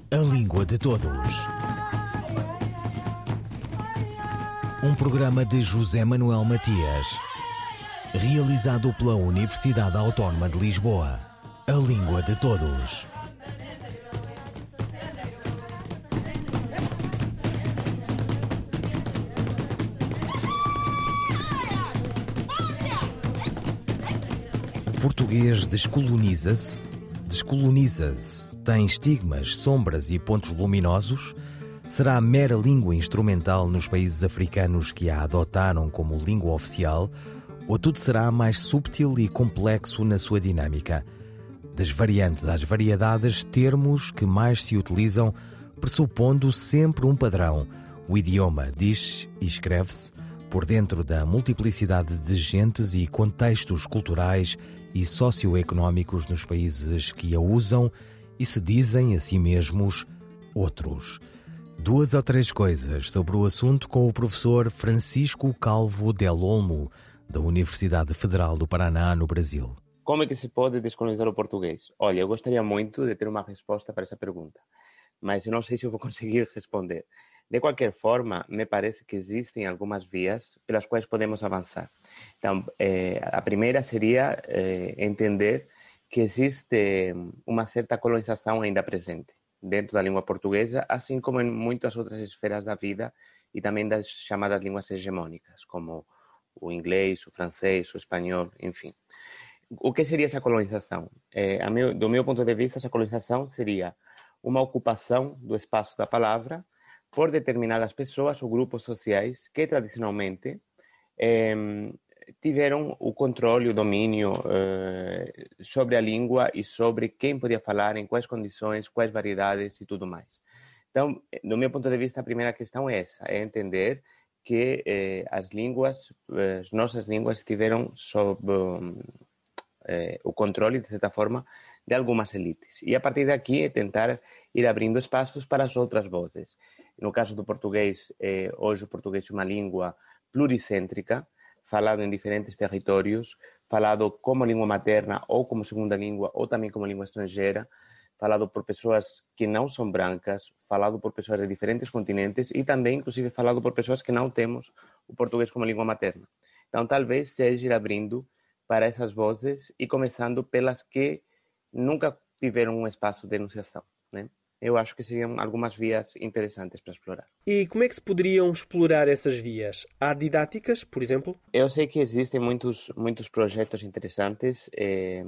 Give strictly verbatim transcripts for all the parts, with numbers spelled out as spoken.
A Língua de Todos. Um programa de José Manuel Matias, realizado pela Universidade Autónoma de Lisboa. A Língua de Todos. O português descoloniza-se, descoloniza-se, tem estigmas, sombras e pontos luminosos. Será a mera língua instrumental nos países africanos que a adotaram como língua oficial, ou tudo será mais subtil e complexo na sua dinâmica? Das variantes às variedades, termos que mais se utilizam, pressupondo sempre um padrão. O idioma diz e escreve-se por dentro da multiplicidade de gentes e contextos culturais e socioeconómicos nos países que a usam e se dizem a si mesmos outros. Duas ou três coisas sobre o assunto com o professor Francisco Calvo Del Olmo, da Universidade Federal do Paraná, no Brasil. Como é que se pode descolonizar o português? Olha, eu gostaria muito de ter uma resposta para essa pergunta, mas eu não sei se eu vou conseguir responder. De qualquer forma, me parece que existem algumas vias pelas quais podemos avançar. Então, eh, a primeira seria eh, entender que existe uma certa colonização ainda presente dentro da língua portuguesa, assim como em muitas outras esferas da vida e também das chamadas línguas hegemônicas, como o inglês, o francês, o espanhol, enfim. O que seria essa colonização? É, a meu, do meu ponto de vista, essa colonização seria uma ocupação do espaço da palavra por determinadas pessoas ou grupos sociais que, tradicionalmente, eh, tiveram o controle, o domínio eh, sobre a língua e sobre quem podia falar, em quais condições, quais variedades e tudo mais. Então, do meu ponto de vista, a primeira questão é essa, é entender que eh, as línguas, as nossas línguas estiveram sob eh, o controle, de certa forma, de algumas elites. E a partir daqui é tentar ir abrindo espaços para as outras vozes. No caso do português, eh, hoje o português é uma língua pluricêntrica, falado em diferentes territórios, falado como língua materna ou como segunda língua ou também como língua estrangeira, falado por pessoas que não são brancas, falado por pessoas de diferentes continentes e também, inclusive, falado por pessoas que não temos o português como língua materna. Então, talvez seja ir abrindo para essas vozes e começando pelas que nunca tiveram um espaço de enunciação, né? Eu acho que seriam algumas vias interessantes para explorar. E como é que se poderiam explorar essas vias? Há didáticas, por exemplo? Eu sei que existem muitos, muitos projetos interessantes eh,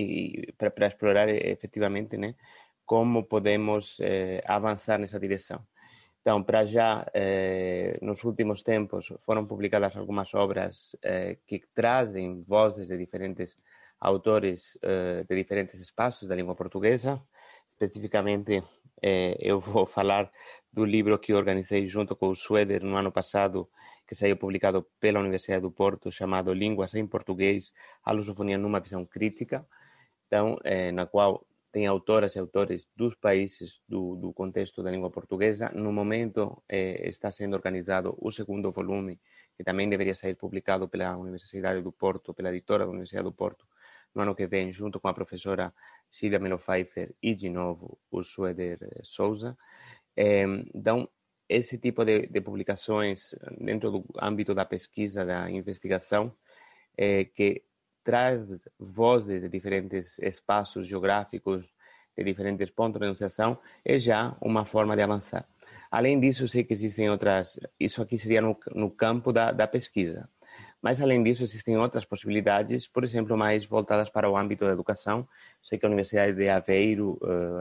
e para, para explorar efetivamente, né, como podemos eh, avançar nessa direção. Então, para já, eh, nos últimos tempos, foram publicadas algumas obras eh, que trazem vozes de diferentes autores eh, de diferentes espaços da língua portuguesa. Especificamente, eh, eu vou falar do livro que organizei junto com o Schroeder no ano passado, que saiu publicado pela Universidade do Porto, chamado Línguas em Português, a Lusofonia numa Visão Crítica, então, eh, na qual tem autoras e autores dos países do, do contexto da língua portuguesa. No momento, eh, está sendo organizado o segundo volume, que também deveria sair publicado pela Universidade do Porto, pela editora da Universidade do Porto, no ano que vem, junto com a professora Silvia Melo Pfeiffer e, de novo, o Schroeder Souza. Eh, então, esse tipo de, de publicações dentro do âmbito da pesquisa, da investigação, eh, que traz vozes de diferentes espaços geográficos, de diferentes pontos de enunciação, é já uma forma de avançar. Além disso, eu sei que existem outras... Isso aqui seria no, no campo da, da pesquisa. Mas, além disso, existem outras possibilidades, por exemplo, mais voltadas para o âmbito da educação. Sei que a Universidade de Aveiro,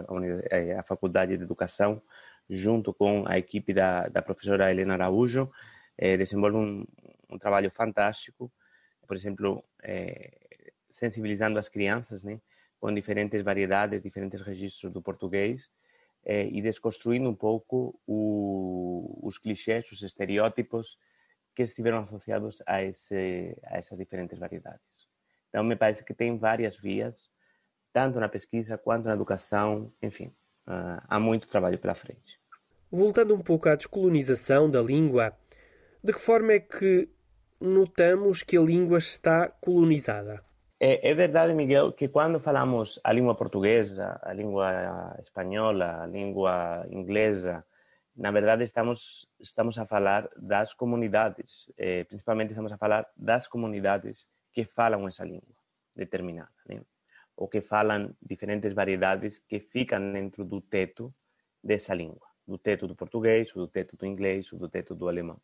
a, a Faculdade de Educação, junto com a equipe da, da professora Helena Araújo, eh, desenvolve um, um trabalho fantástico, por exemplo, eh, sensibilizando as crianças, né, com diferentes variedades, diferentes registros do português, eh, e desconstruindo um pouco o, os clichês, os estereótipos que estiveram associados a, esse, a essas diferentes variedades. Então, me parece que tem várias vias, tanto na pesquisa quanto na educação, enfim, uh, há muito trabalho pela frente. Voltando um pouco à descolonização da língua, de que forma é que notamos que a língua está colonizada? É, é verdade, Miguel, que quando falamos a língua portuguesa, a língua espanhola, a língua inglesa, na verdade estamos, estamos a falar das comunidades, eh, principalmente estamos a falar das comunidades que falam essa língua determinada, né? Ou que falam diferentes variedades que ficam dentro do teto dessa língua, do teto do português, ou do teto do inglês, ou do teto do alemão.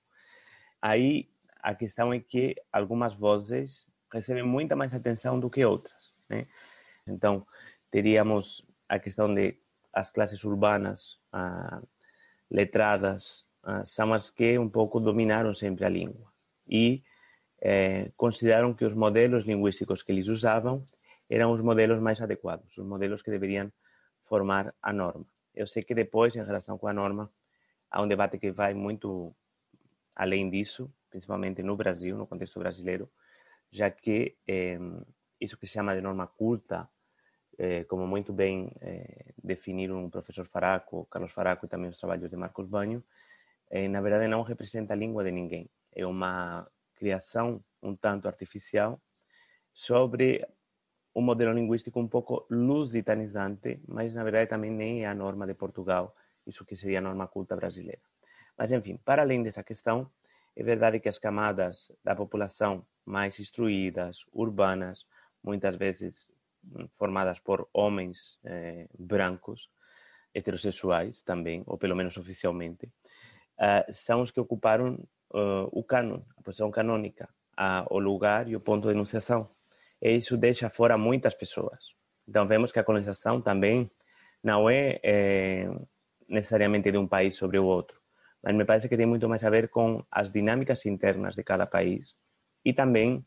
Aí a questão é que algumas vozes recebem muita mais atenção do que outras, né? Então, teríamos a questão de as classes urbanas, ah, letradas, ah, são as que um pouco dominaram sempre a língua e eh, consideraram que os modelos linguísticos que eles usavam eram os modelos mais adequados, os modelos que deveriam formar a norma. Eu sei que depois, em relação com a norma, há um debate que vai muito além disso, principalmente no Brasil, no contexto brasileiro, já que eh, isso que se chama de norma culta, eh, como muito bem eh, definiram o professor Faraco, Carlos Faraco e também os trabalhos de Marcos Banho, eh, na verdade não representa a língua de ninguém. É uma criação um tanto artificial sobre um modelo linguístico um pouco lusitanizante, mas na verdade também nem é a norma de Portugal, isso que seria a norma culta brasileira. Mas enfim, para além dessa questão, é verdade que as camadas da população mais instruídas, urbanas, muitas vezes formadas por homens eh, brancos, heterossexuais também, ou pelo menos oficialmente, uh, são os que ocuparam uh, o cânon, a posição canônica, a, o lugar e o ponto de enunciação. E isso deixa fora muitas pessoas. Então vemos que a colonização também não é, é necessariamente de um país sobre o outro, mas me parece que tem muito mais a ver com as dinâmicas internas de cada país e também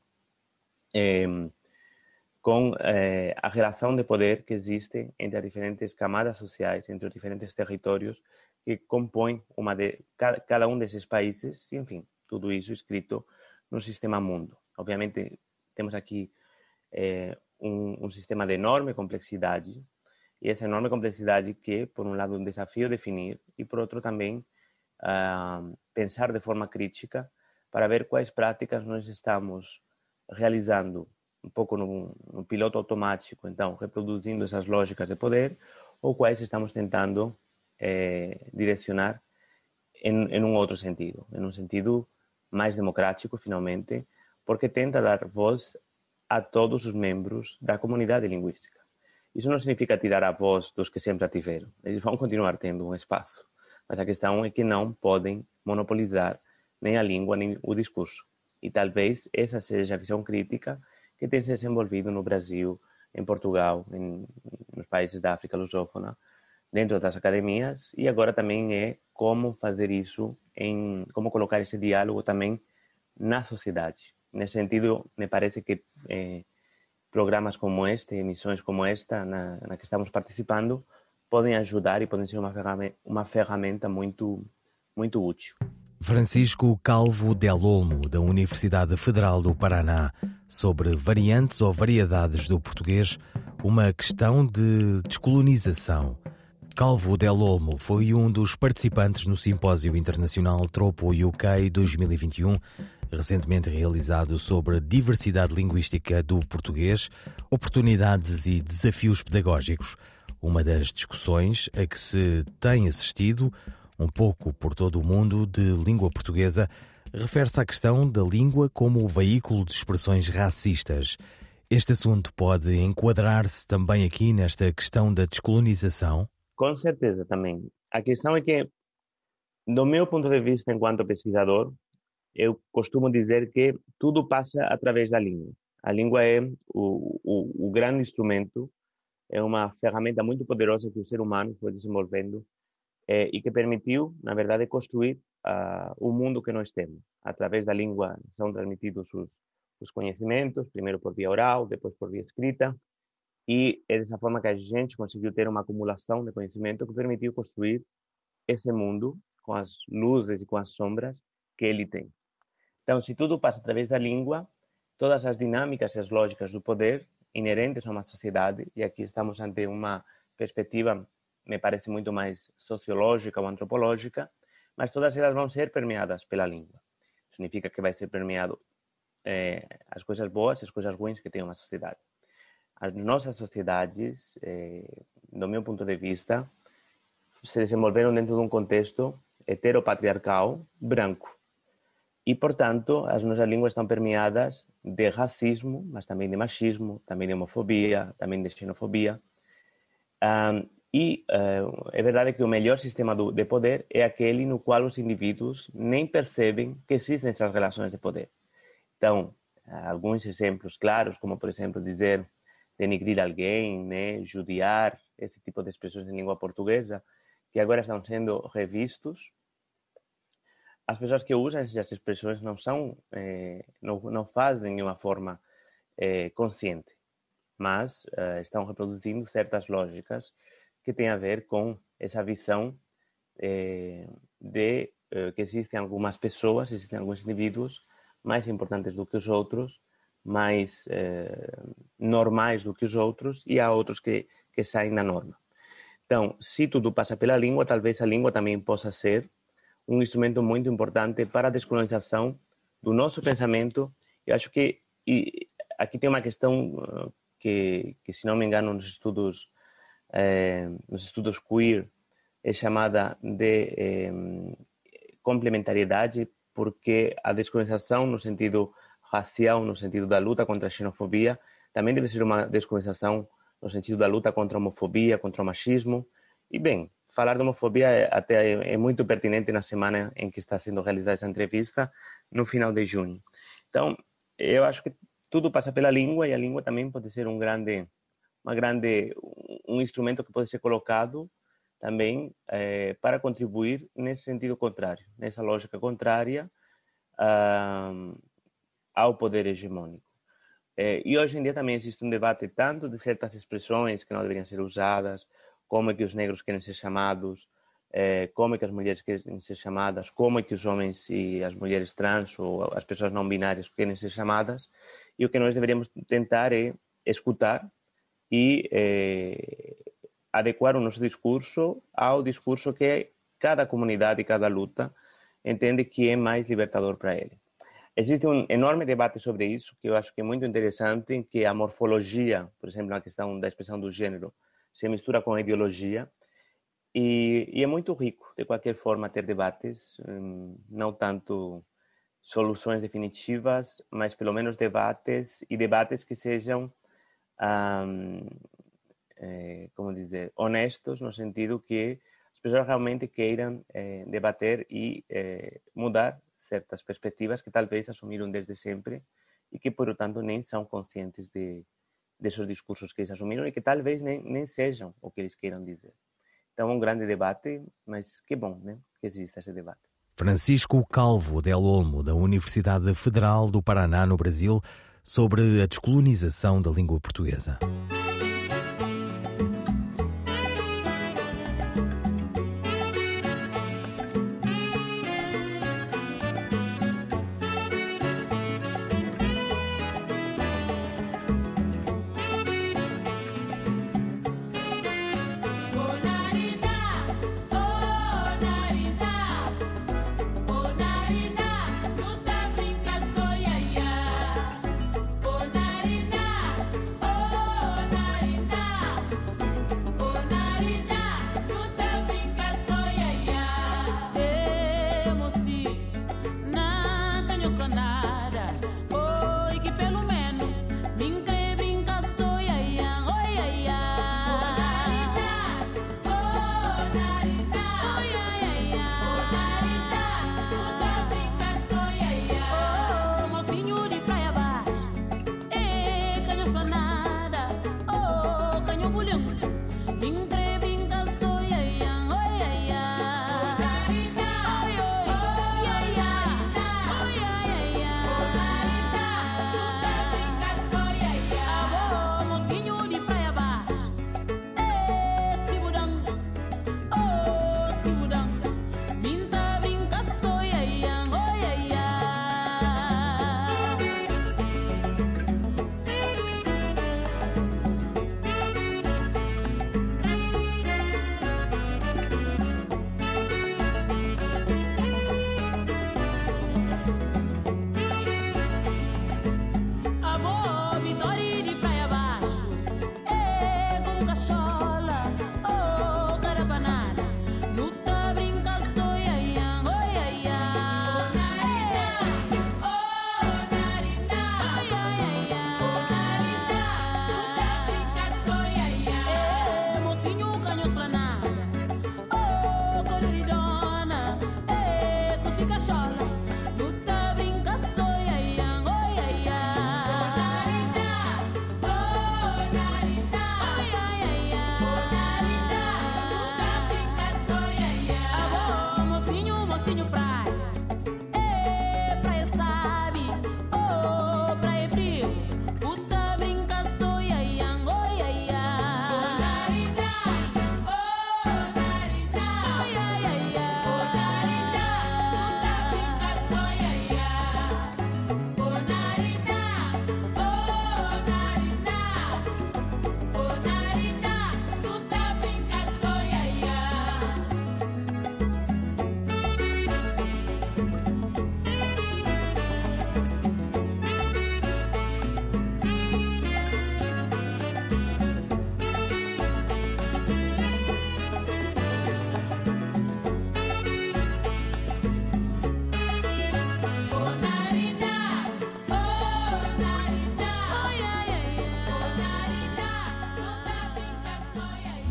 eh, com eh, a relação de poder que existe entre as diferentes camadas sociais, entre os diferentes territórios que compõem uma de, cada, cada um desses países, e, enfim, tudo isso escrito no sistema mundo. Obviamente, temos aqui eh, um, um sistema de enorme complexidade, e essa enorme complexidade que, por um lado, é um desafio definir, e por outro também, Uh, pensar de forma crítica para ver quais práticas nós estamos realizando um pouco no, no piloto automático, então reproduzindo essas lógicas de poder, ou quais estamos tentando eh, direcionar em, em um outro sentido, em um sentido mais democrático, finalmente, porque tenta dar voz a todos os membros da comunidade linguística. Isso não significa tirar a voz dos que sempre a tiveram, eles vão continuar tendo um espaço. Mas a questão é que não podem monopolizar nem a língua nem o discurso. E talvez essa seja a visão crítica que tem se desenvolvido no Brasil, em Portugal, em, nos países da África lusófona, dentro das academias, e agora também é como fazer isso, em, como colocar esse diálogo também na sociedade. Nesse sentido, me parece que eh, programas como este, emissões como esta, na, na que estamos participando, podem ajudar e podem ser uma ferramenta, uma ferramenta muito, muito útil. Francisco Calvo del Olmo, da Universidade Federal do Paraná, sobre variantes ou variedades do português, uma questão de descolonização. Calvo del Olmo foi um dos participantes no Simpósio Internacional Tropo U K dois mil e vinte e um, recentemente realizado sobre diversidade linguística do português, oportunidades e desafios pedagógicos. Uma das discussões a que se tem assistido, um pouco por todo o mundo, de língua portuguesa, refere-se à questão da língua como veículo de expressões racistas. Este assunto pode enquadrar-se também aqui nesta questão da descolonização? Com certeza, também. A questão é que, do meu ponto de vista enquanto pesquisador, eu costumo dizer que tudo passa através da língua. A língua é o, o, o grande instrumento, é uma ferramenta muito poderosa que o ser humano foi desenvolvendo eh, e que permitiu, na verdade, construir uh, o mundo que nós temos. Através da língua são transmitidos os, os conhecimentos, primeiro por via oral, depois por via escrita, e é dessa forma que a gente conseguiu ter uma acumulação de conhecimento que permitiu construir esse mundo com as luzes e com as sombras que ele tem. Então, se tudo passa através da língua, todas as dinâmicas e as lógicas do poder inerentes a uma sociedade, e aqui estamos ante uma perspectiva, me parece muito mais sociológica ou antropológica, mas todas elas vão ser permeadas pela língua. Significa que vai ser permeado é, as coisas boas e as coisas ruins que tem uma sociedade. As nossas sociedades, é, do meu ponto de vista, se desenvolveram dentro de um contexto heteropatriarcal branco. E, portanto, as nossas línguas estão permeadas de racismo, mas também de machismo, também de homofobia, também de xenofobia. Um, e uh, é verdade que o melhor sistema do, de poder é aquele no qual os indivíduos nem percebem que existem essas relações de poder. Então, alguns exemplos claros, como, por exemplo, dizer denigrir alguém, né, judiar, esse tipo de expressões em língua portuguesa, que agora estão sendo revistos. As pessoas que usam essas expressões não são, eh, não, não fazem de uma forma eh, consciente, mas eh, estão reproduzindo certas lógicas que têm a ver com essa visão eh, de eh, que existem algumas pessoas, existem alguns indivíduos mais importantes do que os outros, mais eh, normais do que os outros, e há outros que, que saem da norma. Então, se tudo passa pela língua, talvez a língua também possa ser um instrumento muito importante para a descolonização do nosso pensamento. Eu acho que e aqui tem uma questão que, que se não me engano, nos estudos, eh, nos estudos queer é chamada de eh, complementariedade, porque a descolonização no sentido racial, no sentido da luta contra a xenofobia, também deve ser uma descolonização no sentido da luta contra a homofobia, contra o machismo. E, bem, falar de homofobia é, até é, é muito pertinente na semana em que está sendo realizada essa entrevista, no final de junho. Então, eu acho que tudo passa pela língua, e a língua também pode ser um grande, uma grande, um instrumento que pode ser colocado também eh, para contribuir nesse sentido contrário, nessa lógica contrária uh, ao poder hegemônico. Eh, e hoje em dia também existe um debate tanto de certas expressões que não deveriam ser usadas, como é que os negros querem ser chamados, eh, como é que as mulheres querem ser chamadas, como é que os homens e as mulheres trans ou as pessoas não binárias querem ser chamadas. E o que nós deveríamos tentar é escutar e eh, adequar o nosso discurso ao discurso que cada comunidade e cada luta entende que é mais libertador para ele. Existe um enorme debate sobre isso, que eu acho que é muito interessante, que a morfologia, por exemplo, na questão da expressão do gênero, se mistura com a ideologia, e, e é muito rico, de qualquer forma, ter debates, não tanto soluções definitivas, mas pelo menos debates, e debates que sejam, um, é, como dizer, honestos, no sentido que as pessoas realmente queiram é, debater e é, mudar certas perspectivas que talvez assumiram desde sempre e que, por tanto, nem são conscientes de desses discursos que eles assumiram e que talvez nem, nem sejam o que eles queiram dizer. Então, é um grande debate, mas que bom, né, que exista esse debate. Francisco Calvo Del Olmo, da Universidade Federal do Paraná, no Brasil, sobre a descolonização da língua portuguesa. Oh,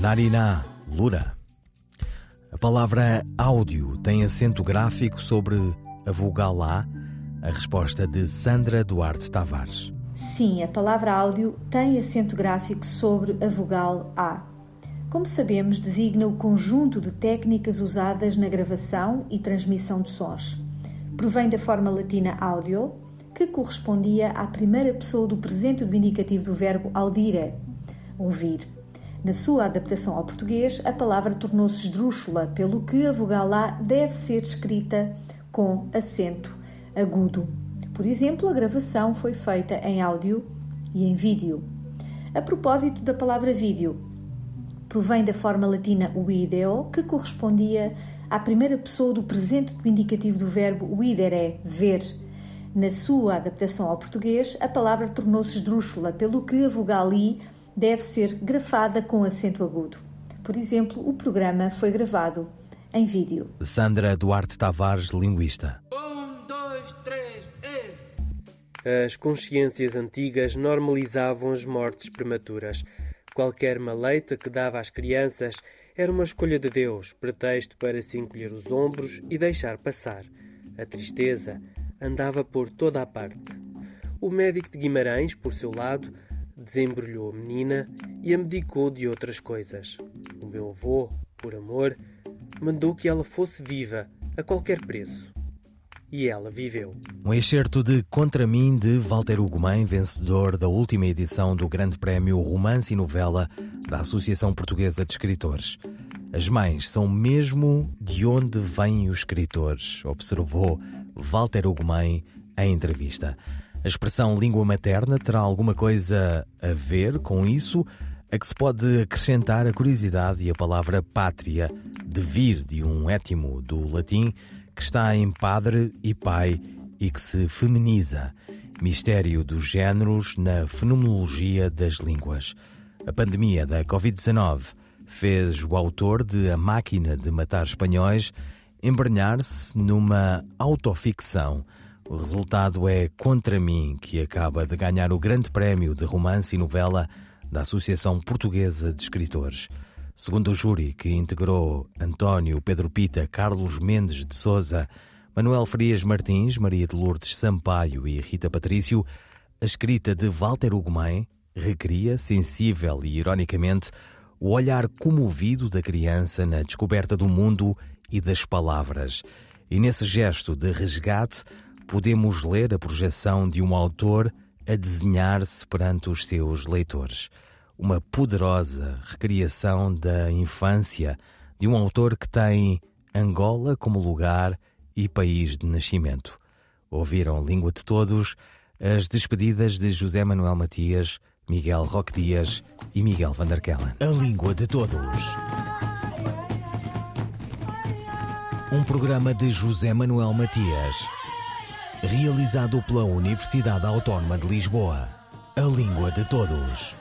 Nariná, Lura. A palavra áudio tem acento gráfico sobre a vogal A? A resposta de Sandra Duarte Tavares. Sim, a palavra áudio tem acento gráfico sobre a vogal A. Como sabemos, designa o conjunto de técnicas usadas na gravação e transmissão de sons. Provém da forma latina audio, que correspondia à primeira pessoa do presente do indicativo do verbo audire, ouvir. Na sua adaptação ao português, a palavra tornou-se esdrúxula, pelo que a vogal A deve ser escrita com acento agudo. Por exemplo, a gravação foi feita em áudio e em vídeo. A propósito da palavra vídeo, provém da forma latina video, que correspondia à primeira pessoa do presente do indicativo do verbo videre, ver. Na sua adaptação ao português, a palavra tornou-se esdrúxula, pelo que a vogal I deve ser grafada com acento agudo. Por exemplo, o programa foi gravado em vídeo. Sandra Duarte Tavares, linguista. Um, dois, três, e... As consciências antigas normalizavam as mortes prematuras. Qualquer maleita que dava às crianças era uma escolha de Deus, pretexto para se encolher os ombros e deixar passar. A tristeza andava por toda a parte. O médico de Guimarães, por seu lado, desembrulhou a menina e abdicou de outras coisas. O meu avô, por amor, mandou que ela fosse viva a qualquer preço. E ela viveu. Um excerto de Contra Mim, de Walter Ugumem, vencedor da última edição do Grande Prémio Romance e Novela da Associação Portuguesa de Escritores. As mães são mesmo de onde vêm os escritores, observou Walter Ugumem em entrevista. A expressão língua materna terá alguma coisa a ver com isso, a que se pode acrescentar a curiosidade e a palavra pátria, de vir de um étimo do latim que está em padre e pai e que se feminiza. Mistério dos géneros na fenomenologia das línguas. A pandemia da covid dezanove fez o autor de A Máquina de Matar Espanhóis embrenhar-se numa autoficção. O resultado é Contra Mim, que acaba de ganhar o Grande Prémio de Romance e Novela da Associação Portuguesa de Escritores. Segundo o júri, que integrou António Pedro Pita, Carlos Mendes de Sousa, Manuel Frias Martins, Maria de Lourdes Sampaio e Rita Patrício, a escrita de Walter Ugumem recria, sensível e ironicamente, o olhar comovido da criança na descoberta do mundo e das palavras. E nesse gesto de resgate, podemos ler a projeção de um autor a desenhar-se perante os seus leitores. Uma poderosa recriação da infância de um autor que tem Angola como lugar e país de nascimento. Ouviram Língua de Todos as despedidas de José Manuel Matias, Miguel Roque Dias e Miguel van der Kellen. A Língua de Todos. Um programa de José Manuel Matias, realizado pela Universidade Autónoma de Lisboa. A Língua de Todos.